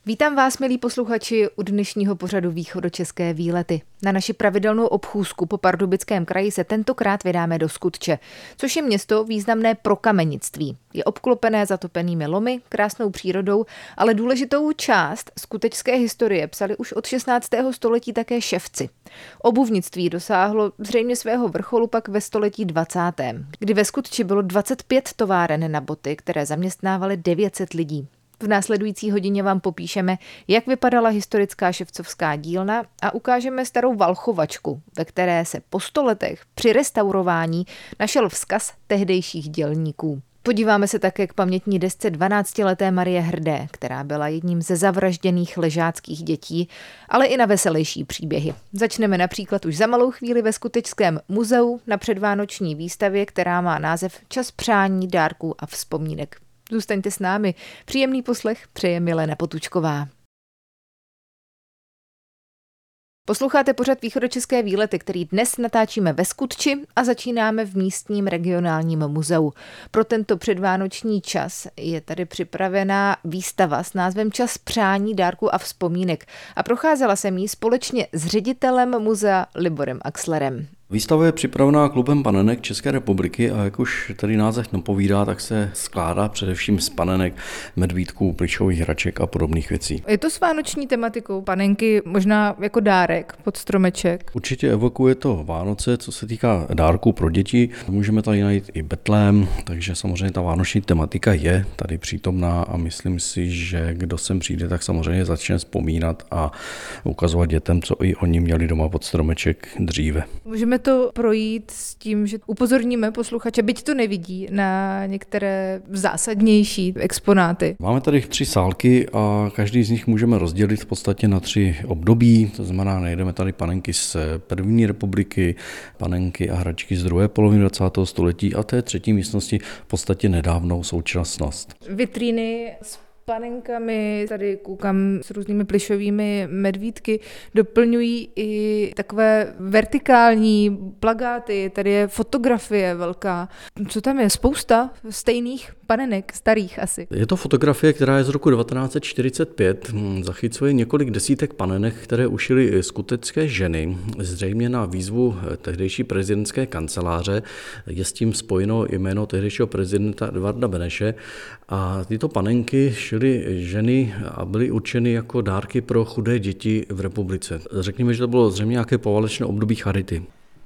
Vítám vás, milí posluchači, u dnešního pořadu Východočeské výlety. Na naši pravidelnou obchůzku po Pardubickém kraji se tentokrát vydáme do Skutče, což je město významné pro kamenictví. Je obklopené zatopenými lomy, krásnou přírodou, ale důležitou část skutečské historie psali už od 16. století také ševci. Obuvnictví dosáhlo zřejmě svého vrcholu pak ve století 20., kdy ve Skutči bylo 25 továren na boty, které zaměstnávaly 900 lidí. V následující hodině vám popíšeme, jak vypadala historická ševcovská dílna a ukážeme starou valchovačku, ve které se po 100 letech při restaurování našel vzkaz tehdejších dělníků. Podíváme se také k pamětní desce 12leté Marie Hrdé, která byla jedním ze zavražděných ležáckých dětí, ale i na veselější příběhy. Začneme například už za malou chvíli ve Skutečském muzeu na předvánoční výstavě, která má název Čas přání, dárků a vzpomínek. Zůstaňte s námi. Příjemný poslech přeje Milena Potůčková. Posloucháte pořad Východočeské výlety, který dnes natáčíme ve Skutči a začínáme v místním regionálním muzeu. Pro tento předvánoční čas je tady připravená výstava s názvem Čas přání, dárků a vzpomínek a procházela jsem jí společně s ředitelem muzea Liborem Axlerem. Výstava je připravená klubem panenek České republiky a jak už tady název napovídá, tak se skládá především z panenek, medvídků, plyšových hraček a podobných věcí. Je to s vánoční tematikou, panenky možná jako dárek pod stromeček? Určitě evokuje to Vánoce, co se týká dárků pro děti. Můžeme tady najít i betlém, takže samozřejmě ta vánoční tematika je tady přítomná a myslím si, že kdo sem přijde, tak samozřejmě začne vzpomínat a ukazovat dětem, co i oni měli doma pod stromeček dříve. Můžeme to projít s tím, že upozorníme posluchače, byť to nevidí, na některé zásadnější exponáty. Máme tady 3 sálky a každý z nich můžeme rozdělit v podstatě na 3 období, to znamená, najdeme tady panenky z první republiky, panenky a hračky z druhé poloviny 20. století a té třetí místnosti v podstatě nedávnou současnost. Vitríny s panenkami, tady koukám s různými plyšovými medvídky, doplňují i takové vertikální plakáty, tady je fotografie velká. Co tam je? Spousta stejných panenek, starých asi. Je to fotografie, která je z roku 1945. Zachycuje několik desítek panenek, které ušily skutečské ženy, zřejmě na výzvu tehdejší prezidentské kanceláře. Je s tím spojeno jméno tehdejšího prezidenta Edvarda Beneše a tyto panenky šily ženy a byly určeny jako dárky pro chudé děti v republice. Řekněme, že to bylo zřejmě nějaké poválečné období charity.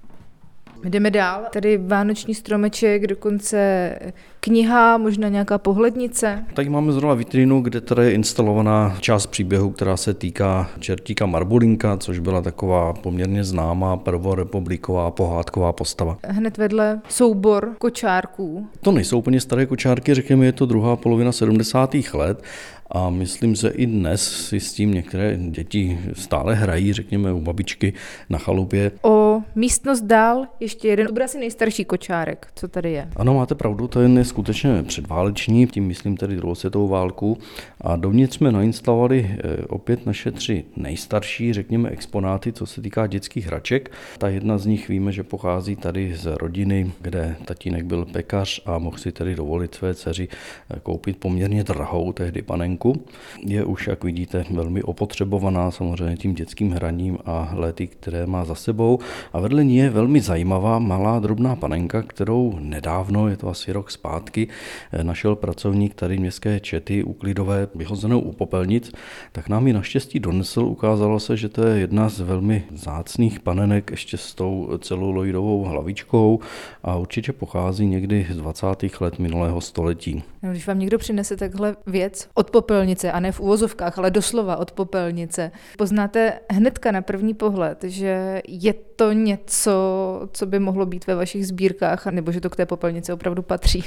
Jdeme dál. Tady vánoční stromeček, dokonce kniha, možná nějaká pohlednice. Tady máme zrovna vitrínu, kde tady je instalovaná část příběhu, která se týká čertíka Marbulinka, což byla taková poměrně známá prvorepubliková pohádková postava. Hned vedle soubor kočárků. To nejsou úplně staré kočárky, řekněme, je to druhá polovina 70. let. A myslím, že i dnes si s tím některé děti stále hrají, řekněme u babičky na chalupě. O místnost dál ještě jeden, to bude asi nejstarší kočárek, co tady je. Ano, máte pravdu, to je skutečně předváleční, tím myslím tedy druhou světovou válku. A dovnitř jsme nainstalovali opět naše 3 nejstarší, řekněme, exponáty, co se týká dětských hraček. Ta jedna z nich víme, že pochází tady z rodiny, kde tatínek byl pekař a mohl si tedy dovolit své dceři koupit poměrně drahou tehdy panenku. Je už, jak vidíte, velmi opotřebovaná samozřejmě tím dětským hraním a lety, které má za sebou. A vedle ní je velmi zajímavá malá drobná panenka, kterou nedávno, je to asi rok zpátky, našel pracovník tady městské čety úklidové vyhozenou u popelnic, tak nám ji naštěstí donesl. Ukázalo se, že to je jedna z velmi vzácných panenek ještě s tou celuloidovou hlavičkou a určitě pochází někdy z 20. let minulého století. Když vám někdo přinese takhle věc od popelnice, a ne v uvozovkách, ale doslova od popelnice, poznáte hnedka na první pohled, že je to něco, co by mohlo být ve vašich sbírkách, nebo že to k té popelnici opravdu patří?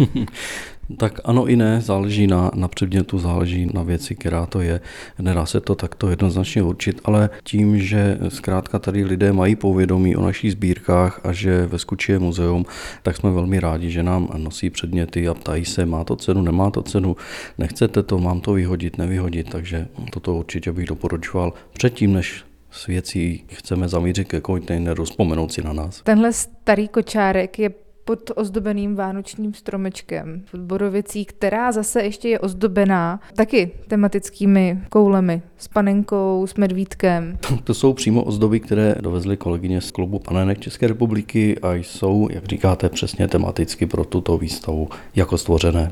Tak ano i ne, záleží na předmětu, záleží na věci, která to je. Nedá se to takto jednoznačně určit, ale tím, že zkrátka tady lidé mají povědomí o našich sbírkách a že ve Skutči je muzeum, tak jsme velmi rádi, že nám nosí předměty a ptají se, má to cenu, nemá to cenu, nechcete to, mám to vyhodit, nevyhodit, takže toto určitě bych doporučoval předtím, než s věcí chceme zamířit ke kontejneru, vzpomenout si na nás. Tenhle starý kočárek je pod ozdobeným vánočním stromečkem v Borovicí, která zase ještě je ozdobená taky tematickými koulemi s panenkou, s medvídkem. To jsou přímo ozdoby, které dovezly kolegyně z klubu panenek České republiky a jsou, jak říkáte, přesně tematicky pro tuto výstavu jako stvořené.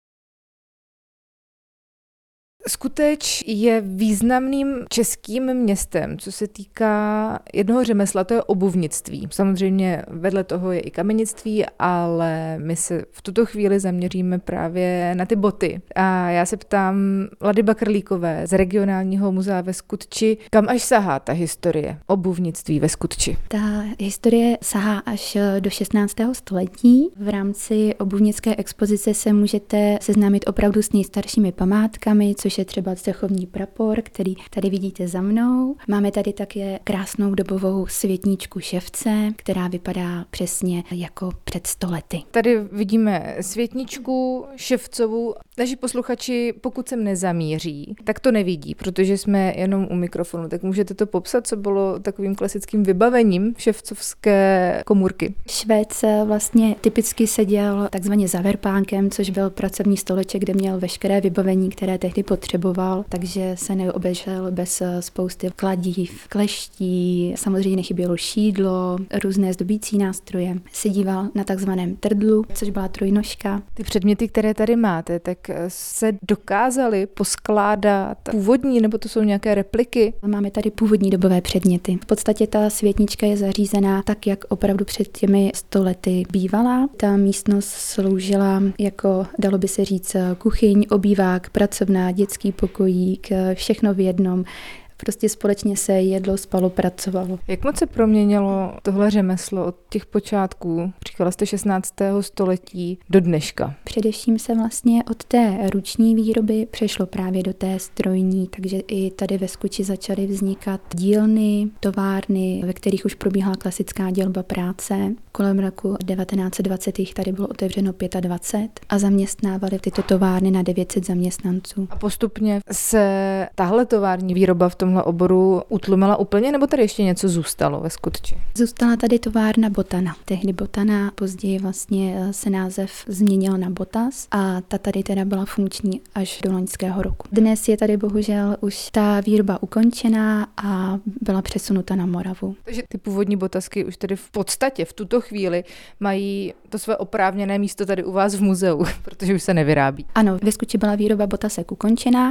Skuteč je významným českým městem, co se týká jednoho řemesla, to je obuvnictví. Samozřejmě vedle toho je i kamenictví, ale my se v tuto chvíli zaměříme právě na ty boty. A já se ptám Lady Bakrlíkové z regionálního muzea ve Skutči, kam až sahá ta historie obuvnictví ve Skutči? Ta historie sahá až do 16. století. V rámci obuvnické expozice se můžete seznámit opravdu s nejstaršími památkami, což je třeba cechovní prapor, který tady vidíte za mnou. Máme tady také krásnou dobovou světničku ševce, která vypadá přesně jako před 100 lety. Tady vidíme světničku ševcovou. Naši posluchači, pokud sem nezamíří, tak to nevidí, protože jsme jenom u mikrofonu. Tak můžete to popsat, co bylo takovým klasickým vybavením ševcovské komůrky? Švec vlastně typicky seděl takzvaně za verpánkem, což byl pracovní stoleček, kde měl veškeré vybavení, které tehdy potřeboval, takže se neobešel bez spousty kladív, kleští, samozřejmě nechybělo šídlo, různé zdobící nástroje. Se díval na takzvaném trdlu, což byla trojnožka. Ty předměty, které tady máte, tak se dokázaly poskládat původní, nebo to jsou nějaké repliky? Máme tady původní dobové předměty. V podstatě ta světnička je zařízená tak, jak opravdu před těmi 100 lety bývala. Ta místnost sloužila jako, dalo by se říct, kuchyň, obývák, pracovná, dětský pokojík, všechno v jednom. Prostě společně se jedlo, spalo, pracovalo. Jak moc se proměnilo tohle řemeslo od těch počátků, říkala jste 16. století, do dneška? Především se vlastně od té ruční výroby přešlo právě do té strojní, takže i tady ve Skutči začaly vznikat dílny, továrny, ve kterých už probíhala klasická dělba práce. Kolem roku 1920 jich tady bylo otevřeno 25 a zaměstnávali tyto továrny na 900 zaměstnanců. A postupně se tahle tovární výroba v tomhle oboru utlumila úplně, nebo tady ještě něco zůstalo ve Skutči? Zůstala tady továrna Botana. Tehdy Botana, později vlastně se název změnil na Botas a ta tady teda byla funkční až do loňského roku. Dnes je tady bohužel už ta výroba ukončená a byla přesunuta na Moravu. Takže ty původní botasky už tady v podstatě v tuto chvíli mají to své oprávněné místo tady u vás v muzeu, protože už se nevyrábí. Ano, ve Skutči byla výroba botasek ukončená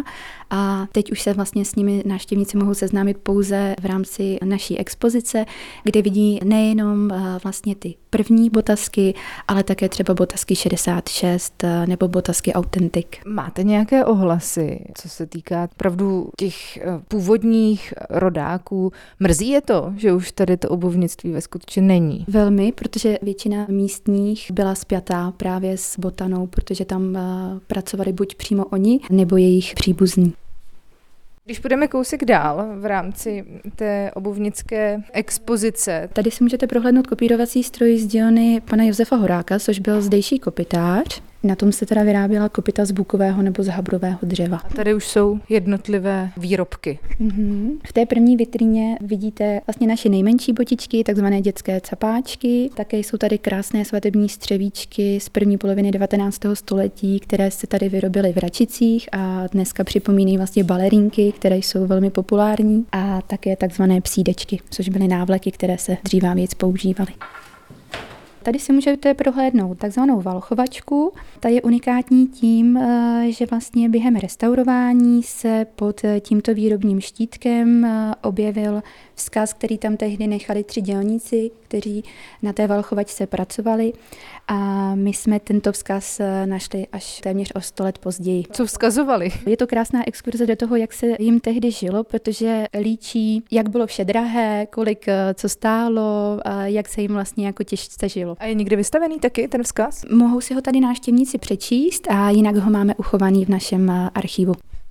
a teď už se vlastně s nimi návštěvníci mohou seznámit pouze v rámci naší expozice, kde vidí nejenom vlastně ty první botasky, ale také třeba botasky 66 nebo botasky Authentic. Máte nějaké ohlasy, co se týká opravdu těch původních rodáků? Mrzí je to, že už tady to obuvnictví ve Skutči není? Velmi, protože většina místních byla spjatá právě s Botanou, protože tam pracovali buď přímo oni, nebo jejich příbuzní. Když půjdeme kousek dál v rámci té obuvnické expozice. Tady si můžete prohlédnout kopírovací stroj z dílny pana Josefa Horáka, což byl zdejší kopitář. Na tom se teda vyráběla kopyta z bukového nebo z habrového dřeva. A tady už jsou jednotlivé výrobky. V té první vitríně vidíte vlastně naše nejmenší botičky, takzvané dětské capáčky. Také jsou tady krásné svatební střevíčky z první poloviny 19. století, které se tady vyrobily v Račicích a dneska připomínají vlastně balerínky, které jsou velmi populární, a také takzvané psídečky, což byly návleky, které se dřívávěc používaly. Tady si můžete prohlédnout takzvanou valchovačku. Ta je unikátní tím, že vlastně během restaurování se pod tímto výrobním štítkem objevil vzkaz, který tam tehdy nechali 3 dělníci, kteří na té valchovačce pracovali, a my jsme tento vzkaz našli až téměř o 100 let později. Co vzkazovali? Je to krásná exkurze do toho, jak se jim tehdy žilo, protože líčí, jak bylo vše drahé, kolik co stálo, a jak se jim vlastně jako těžce žilo. A je někde vystavený taky ten vzkaz? Mohou si ho tady návštěvníci přečíst a jinak ho máme uchovaný v našem archivu.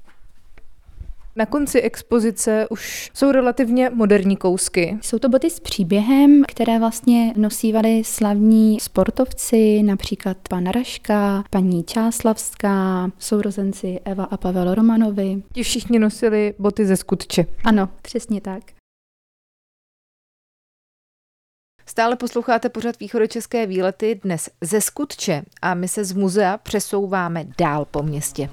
Na konci expozice už jsou relativně moderní kousky. Jsou to boty s příběhem, které vlastně nosívali slavní sportovci, například pan Raška, paní Čáslavská, sourozenci Eva a Pavel Romanovi. Ti všichni nosili boty ze Skutče. Ano, přesně tak. Stále posloucháte pořad Východočeské výlety dnes ze Skutče a my se z muzea přesouváme dál po městě.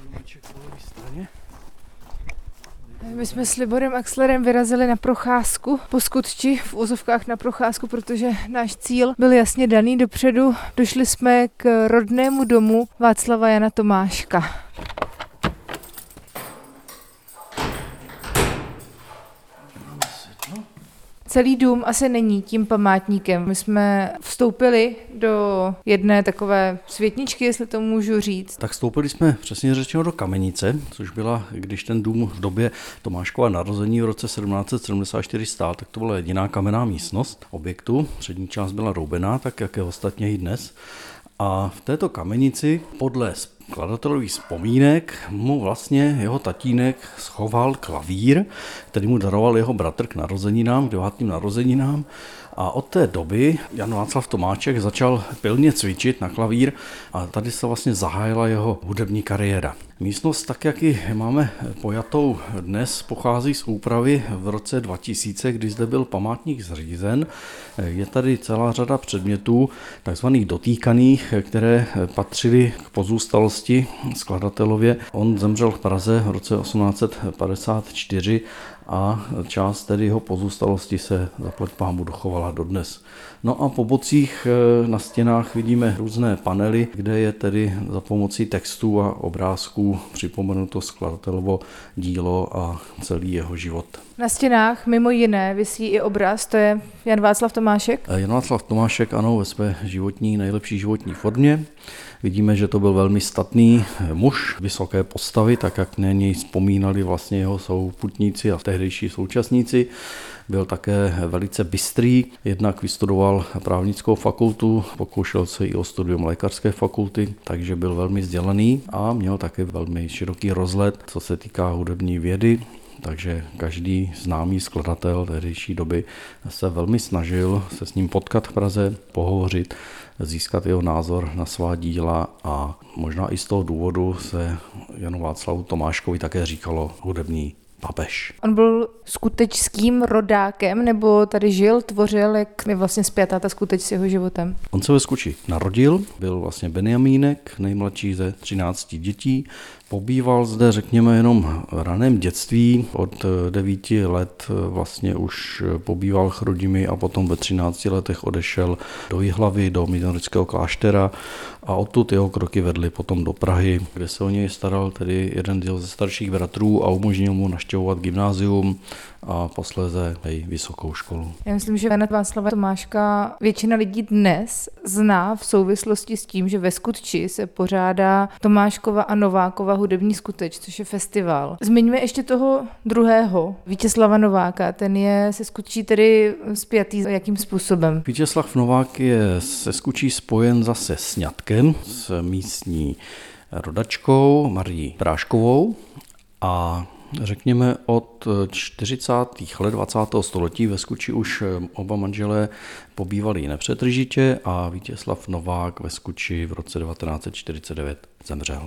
My jsme s Liborem Axlerem vyrazili na procházku po Skutči, v uvozovkách na procházku, protože náš cíl byl jasně daný dopředu. Došli jsme k rodnému domu Václava Jana Tomáška. Celý dům asi není tím památníkem. My jsme vstoupili do jedné takové světničky, jestli to můžu říct. Tak vstoupili jsme přesně řečeno do kamenice, což byla, když ten dům v době Tomáškova narození v roce 1774 stál, tak to byla jediná kamenná místnost objektu. Přední část byla roubená, tak jak je ostatně i dnes. A v této kamenici podle skladatelových vzpomínek mu vlastně jeho tatínek schoval klavír, který mu daroval jeho bratr k narozeninám, k 9. narozeninám. A od té doby Jan Václav Tomášek začal pilně cvičit na klavír a tady se vlastně zahájila jeho hudební kariéra. Místnost, tak jak ji máme pojatou dnes, pochází z úpravy v roce 2000, kdy zde byl památník zřízen. Je tady celá řada předmětů, takzvaných dotýkaných, které patřily k pozůstalosti skladatelově. On zemřel v Praze v roce 1854 a část tedy jeho pozůstalosti se zaplať pánbůh dochovala dodnes. No a po bocích na stěnách vidíme různé panely, kde je tedy za pomocí textů a obrázků připomenuto skladatelovo dílo a celý jeho život. Na stěnách mimo jiné visí i obraz, to je Jan Václav Tomášek. Jan Václav Tomášek, ano, ve své nejlepší životní formě. Vidíme, že to byl velmi statný muž, vysoké postavy, tak jak na něj vzpomínali vlastně jeho souputníci a tehdejší současníci. Byl také velice bystrý, jednak vystudoval právnickou fakultu, pokoušel se i o studium lékařské fakulty, takže byl velmi vzdělaný a měl také velmi široký rozhled, co se týká hudební vědy. Takže každý známý skladatel tehdejší doby se velmi snažil se s ním potkat v Praze, pohovořit, získat jeho názor na svá díla a možná i z toho důvodu se Janu Václavu Tomáškovi také říkalo hudební papež. On byl skutečským rodákem, nebo tady žil, tvořil, jak je vlastně spjatá ta skuteč s jeho životem? On se ve Skuči narodil, byl vlastně Benjamínek, nejmladší ze 13 dětí. Pobýval zde, řekněme, jenom v raném dětství. Od 9 let vlastně už pobýval v Chrudimi a potom ve 13 letech odešel do Jihlavy, do Minoritského kláštera a odtud jeho kroky vedly potom do Prahy, kde se o něj staral tedy jeden ze starších bratrů a umožnil mu navštěvovat gymnázium a posléze i vysokou školu. Já myslím, že Jana Václava Tomáška většina lidí dnes zná v souvislosti s tím, že ve Skutči se pořádá Tomáškova a Novákova hudební skuteč, což je festival. Zmiňme ještě toho druhého, Vítězslava Nováka, ten je se Skutčí tedy spjatý jakým způsobem? Vítězslav Novák je se Skutčí spojen zase s ňatkem, s místní rodačkou Marií Práškovou a řekněme od 40. let 20. století ve Skutči už oba manželé pobývali nepřetržitě a Vítězslav Novák ve Skutči v roce 1949 zemřel.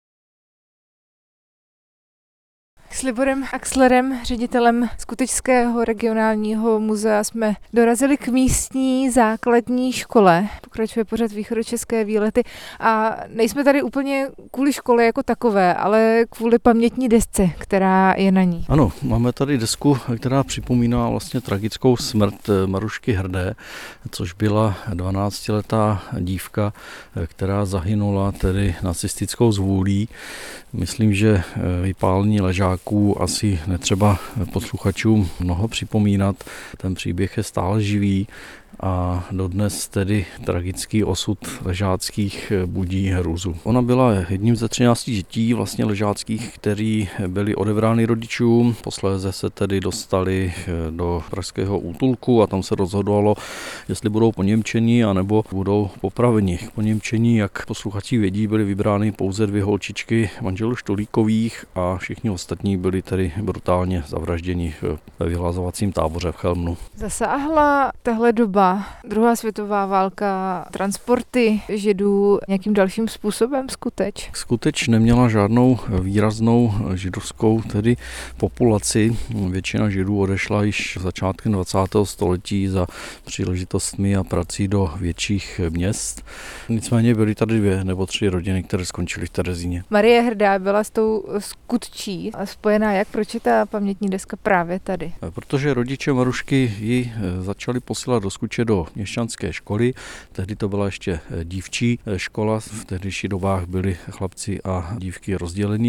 S Liborem Axlerem, ředitelem Skutečského regionálního muzea, jsme dorazili k místní základní škole. Pokračuje pořad Východočeské výlety a nejsme tady úplně kvůli škole jako takové, ale kvůli pamětní desce, která je na ní. Ano, máme tady desku, která připomíná vlastně tragickou smrt Marušky Hrdé, což byla 12letá dívka, která zahynula tedy nacistickou zvůlí. Myslím, že vypálení ležáků asi netřeba posluchačům mnoho připomínat. Ten příběh je stále živý a dodnes tedy tragický osud ležáckých budí hrůzu. Ona byla jedním ze 13 dětí vlastně ležáckých, kteří byli odebrány rodičům, posléze se tedy dostali do pražského útulku a tam se rozhodovalo, jestli budou poněmčeni anebo budou popraveni. K poněmčení, jak posluchači vědí, byly vybrány pouze 2 holčičky manželů Štolíkových a všichni ostatní byli tedy brutálně zavražděni ve vyhlazovacím táboře v Chelmnu. Zasáhla tahle doba ovlivnila druhá světová válka transporty Židů nějakým dalším způsobem skuteč? Skuteč neměla žádnou výraznou židovskou tedy populaci. Většina Židů odešla již začátkem 20. století za příležitostmi a prací do větších měst. Nicméně byly tady 2 nebo 3 rodiny, které skončily v Terezíně. Marie Hrdá byla s tou skutčí spojená. Jak, proč je ta pamětní deska právě tady? Protože rodiče Marušky ji začali posílat do Skutče do měšťanské školy. Tehdy to byla ještě dívčí škola. V tehdejších dobách byli chlapci a dívky rozdělení.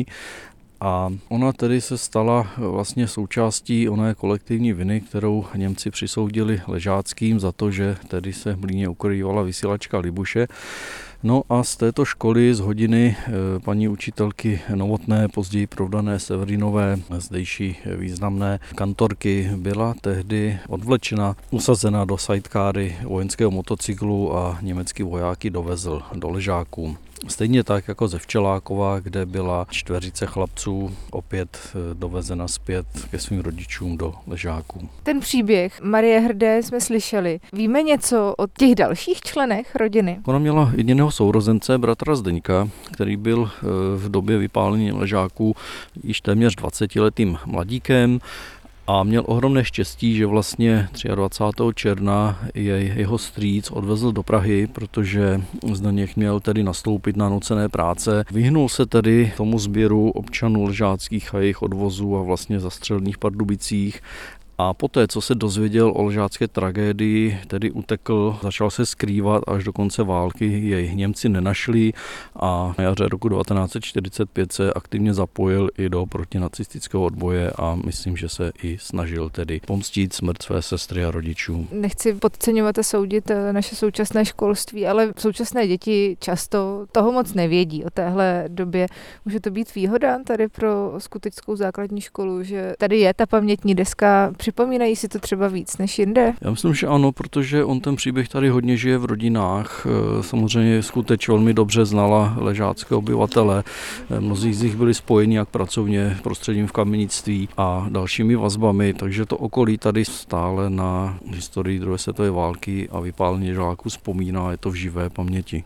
A ona tedy se stala vlastně součástí oné kolektivní viny, kterou Němci přisoudili Ležáckým za to, že tedy se v Mlýně ukrývala vysílačka Libuše. No a z této školy, z hodiny paní učitelky Novotné, později provdané Severinové, zdejší významné kantorky, byla tehdy odvlečena, usazena do sidekáry vojenského motocyklu a německý voják ji dovezl do Ležáků. Stejně tak jako ze Včelákova, kde byla 4 chlapců opět dovezena zpět ke svým rodičům do Ležáků. Ten příběh Marie Hrdé jsme slyšeli. Víme něco o těch dalších členech rodiny? Ona měla jediného sourozence, bratra Zdeňka, který byl v době vypálení Ležáků již téměř 20letým mladíkem. A měl ohromné štěstí, že vlastně 23. června jeho strýc odvezl do Prahy, protože Zdeněk měl tedy nastoupit na nucené práce. Vyhnul se tedy tomu sběru občanů ležáckých a jejich odvozů a vlastně zastřelených Pardubicích. A poté, co se dozvěděl o ležácké tragédii, tedy utekl, začal se skrývat až do konce války, jej Němci nenašli a na jaře roku 1945 se aktivně zapojil i do protinacistického odboje a myslím, že se i snažil tedy pomstít smrt své sestry a rodičů. Nechci podceňovat a soudit naše současné školství, ale současné děti často toho moc nevědí o téhle době. Může to být výhoda tady pro skutečskou základní školu, že tady je ta pamětní deska. Připomínají si to třeba víc než jinde? Já myslím, že ano, protože on ten příběh tady hodně žije v rodinách. Samozřejmě Skuteč velmi dobře znala ležácké obyvatele. Mnozí z nich byli spojeni jak pracovně prostředím v kamenictví a dalšími vazbami, takže to okolí tady stále na historii druhé světové války a vypálení Žáků vzpomíná, je to v živé paměti.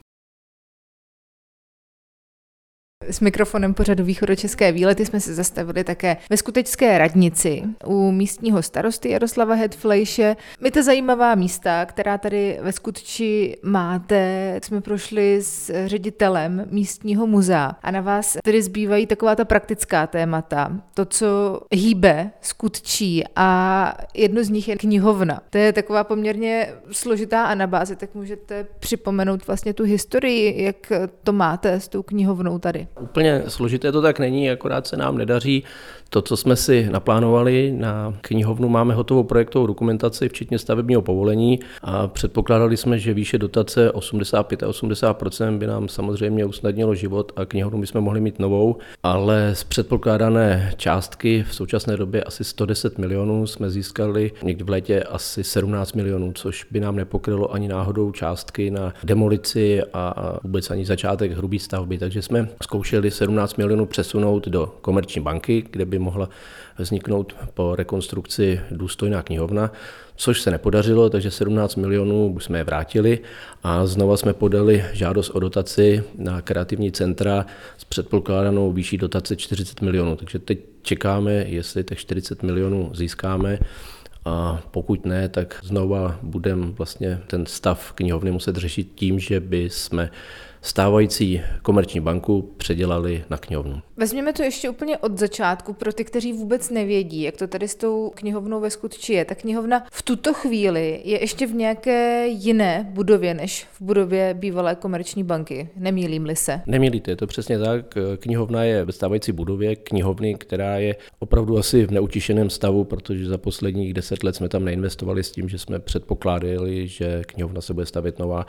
S mikrofonem pořadu Východočeské výlety jsme se zastavili také ve skutečské radnici u místního starosty Jaroslava Hedflejše. My to zajímavá místa, která tady ve Skutči máte, jsme prošli s ředitelem místního muzea a na vás tedy zbývají taková ta praktická témata, to, co hýbe Skutčí a jedno z nich je knihovna. To je taková poměrně složitá anabáze, tak můžete připomenout vlastně tu historii, jak to máte s tou knihovnou tady. Úplně složité to tak není, akorát se nám nedaří. To, co jsme si naplánovali na knihovnu, máme hotovou projektovou dokumentaci, včetně stavebního povolení a předpokládali jsme, že výše dotace 85 a 80% by nám samozřejmě usnadnilo život a knihovnu bychom mohli mít novou, ale z předpokládané částky v současné době asi 110 milionů jsme získali někdy v létě asi 17 milionů, což by nám nepokrylo ani náhodou částky na demolici a vůbec ani začátek hrubé stavby, takže jsme zkoušeli 17 milionů přesunout do Komerční banky, kde by mohla vzniknout po rekonstrukci důstojná knihovna, což se nepodařilo, takže 17 milionů jsme je vrátili a znova jsme podali žádost o dotaci na kreativní centra s předpokládanou výší dotace 40 milionů. Takže teď čekáme, jestli těch 40 milionů získáme. A pokud ne, tak znova budeme vlastně ten stav knihovny muset řešit tím, že by jsme stávající Komerční banku předělali na knihovnu. Vezměme to ještě úplně od začátku pro ty, kteří vůbec nevědí, jak to tady s tou knihovnou ve Skutči je. Ta knihovna v tuto chvíli je ještě v nějaké jiné budově než v budově bývalé Komerční banky. Nemýlím-li se? Nemýlíte, je to přesně tak. Knihovna je ve stávající budově knihovny, která je opravdu asi v neutišeném stavu, protože za posledních 10 let jsme tam neinvestovali s tím, že jsme předpokládali, že knihovna se bude stavět nová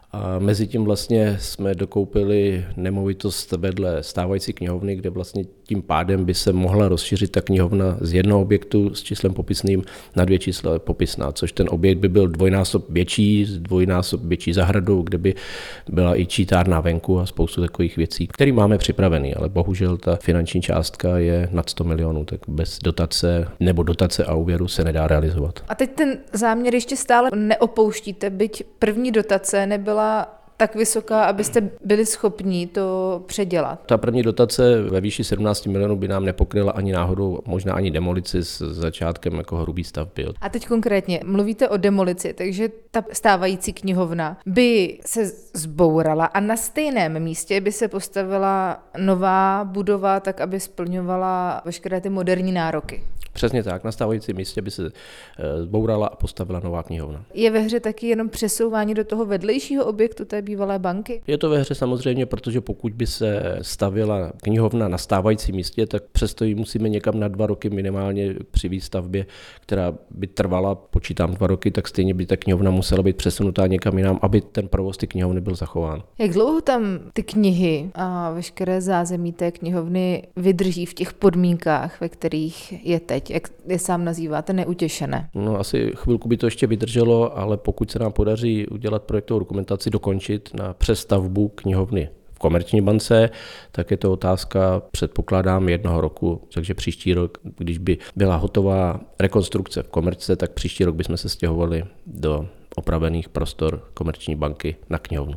A mezi tím vlastně jsme dokoupili nemovitost vedle stávající knihovny, kde vlastně tím pádem by se mohla rozšířit ta knihovna z jednoho objektu s číslem popisným na 2 čísla popisná, což ten objekt by byl dvojnásob větší, s dvojnásob větší zahradou, kde by byla i čítárna venku a spoustu takových věcí, které máme připravený, ale bohužel ta finanční částka je nad 100 milionů, tak bez dotace nebo dotace a úvěru se nedá realizovat. A teď ten záměr ještě stále neopouštíte, byť první dotace nebyla tak vysoká, abyste byli schopni to předělat. Ta první dotace ve výši 17 milionů by nám nepokryla ani náhodou, možná ani demolici s začátkem jako hrubý stavby. A teď konkrétně mluvíte o demolici, takže ta stávající knihovna by se zbourala a na stejném místě by se postavila nová budova, tak aby splňovala veškeré ty moderní nároky. Přesně tak, na stávajícím místě by se zbourala a postavila nová knihovna. Je ve hře taky jenom přesouvání do toho vedlejšího objektu té bývalé banky? Je to ve hře samozřejmě, protože pokud by se stavěla knihovna na stávajícím místě, tak přesto ji musíme někam na 2 roky minimálně při výstavbě, která by trvala, počítám 2 roky, tak stejně by ta knihovna musela být přesunutá někam jinam, aby ten provoz ty knihovny byl zachován. Jak dlouho tam ty knihy a veškeré zázemí té knihovny vydrží v těch podmínkách, ve kterých je teď? Jak je sám nazýváte, neutěšené? No asi chvilku by to ještě vydrželo, ale pokud se nám podaří udělat projektovou dokumentaci, dokončit na přestavbu knihovny v Komerční bance, tak je to otázka, předpokládám, 1 roku, takže příští rok, když by byla hotová rekonstrukce v Komerčce, tak příští rok bychom se stěhovali do opravených prostor Komerční banky na knihovnu.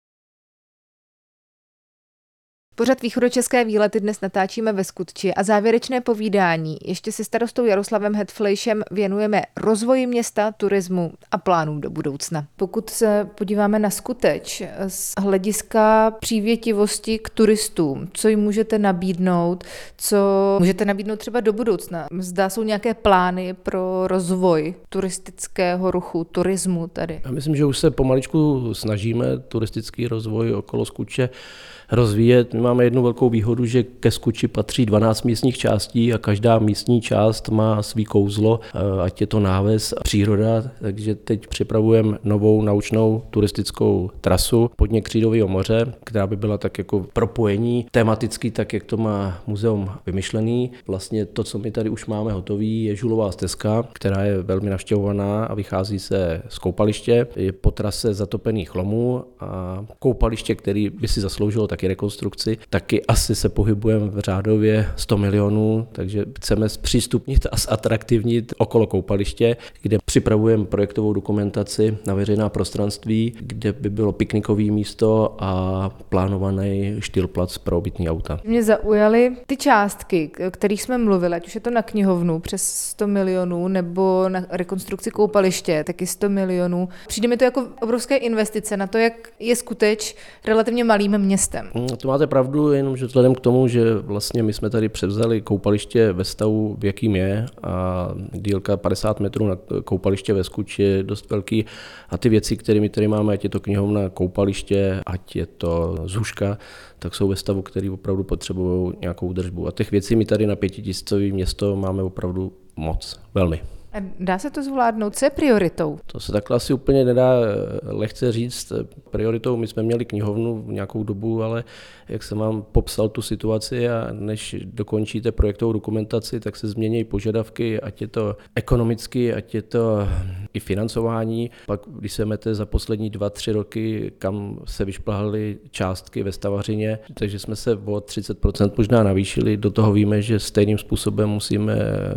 Pořad Východočeské výlety dnes natáčíme ve Skutči a závěrečné povídání ještě se starostou Jaroslavem Hetflejšem věnujeme rozvoji města, turismu a plánům do budoucna. Pokud se podíváme na Skuteč z hlediska přívětivosti k turistům, co jim můžete nabídnout, co můžete nabídnout třeba do budoucna? Zda jsou nějaké plány pro rozvoj turistického ruchu, turismu tady? Já myslím, že už se pomaličku snažíme turistický rozvoj okolo Skuče rozvíjet. My máme jednu velkou výhodu, že ke Skuči patří 12 místních částí a každá místní část má svý kouzlo, ať je to náves a příroda, takže teď připravujeme novou naučnou turistickou trasu podně Křídového moře, která by byla tak jako propojení tematicky, tak jak to má muzeum vymyšlený. Vlastně to, co my tady už máme hotový, je žulová stezka, která je velmi navštěvovaná a vychází se z koupaliště. Je po trase zatopených lomů a koupaliště, který by si zasloužilo taky rekonstrukci, taky asi se pohybujeme v řádově 100 milionů, takže chceme zpřístupnit a zatraktivnit okolo koupaliště, kde připravujeme projektovou dokumentaci na veřejná prostranství, kde by bylo piknikové místo a plánovaný štýlplac pro obytný auta. Mě zaujaly ty částky, o kterých jsme mluvili, ať už je to na knihovnu přes 100 milionů nebo na rekonstrukci koupaliště, taky 100 milionů. Přijde mi to jako obrovské investice na to, jak je Skuteč relativně malým městem. To máte pravdu, jenomže vzhledem k tomu, že vlastně my jsme tady převzali koupaliště ve stavu, v jakým je, a dílka 50 metrů na koupaliště ve Skuči je dost velký a ty věci, které my tady máme, ať je to knihovna, koupaliště, ať je to zuška, tak jsou ve stavu, který opravdu potřebují nějakou údržbu. A těch věcí my tady na 5000 město máme opravdu moc, velmi. A dá se to zvládnout? Co je prioritou? To se takhle asi úplně nedá lehce říct. Prioritou my jsme měli knihovnu v nějakou dobu, ale jak jsem vám popsal tu situaci a než dokončíte projektovou dokumentaci, tak se změní požadavky, ať je to ekonomicky, ať je to i financování. Pak, když se mete za poslední 2-3 roky, kam se vyšplhaly částky ve stavařině, takže jsme se o 30% možná navýšili. Do toho víme, že stejným způsobem musíme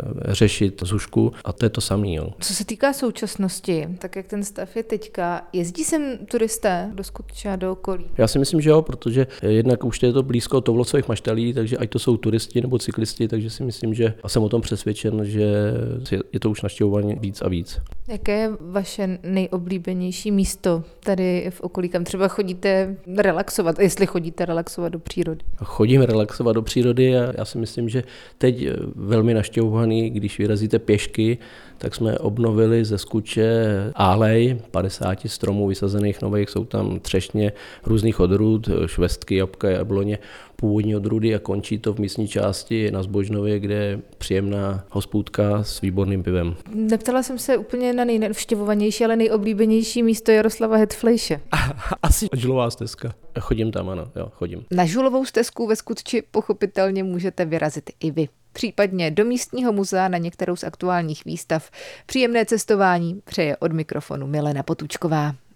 řešit zušku a to je to samé. Co se týká současnosti, tak jak ten stav je teďka, jezdí sem turisté do Skutče a do okolí? Já si myslím, že jo, protože jednak už je to blízko Toulocových maštalí, takže ať to jsou turisti nebo cyklisti, takže si myslím, že a jsem o tom přesvědčen, že je to už navštěvované víc a víc. Jaké je vaše nejoblíbenější místo tady v okolí, kam třeba chodíte relaxovat, jestli chodíte relaxovat do přírody? Chodím relaxovat do přírody a já si myslím, že teď velmi navštěvovaný, když vyrazíte pěšky tak jsme obnovili ze Skuče álej 50 stromů vysazených nových, jsou tam třešně různých odrůd, švestky, jabka, jabloně, původní odrůdy a končí to v místní části na Zbožnově, kde je příjemná hospůdka s výborným pivem. Neptala jsem se úplně na nejnavštěvovanější, ale nejoblíbenější místo Jaroslava Hetflejše. Asi Žulová stezka. Chodím tam, ano, jo, chodím. Na Žulovou stezku ve Skutči pochopitelně můžete vyrazit i vy. Případně do místního muzea na některou z aktuálních výstav. Příjemné cestování přeje od mikrofonu Milena Potůčková.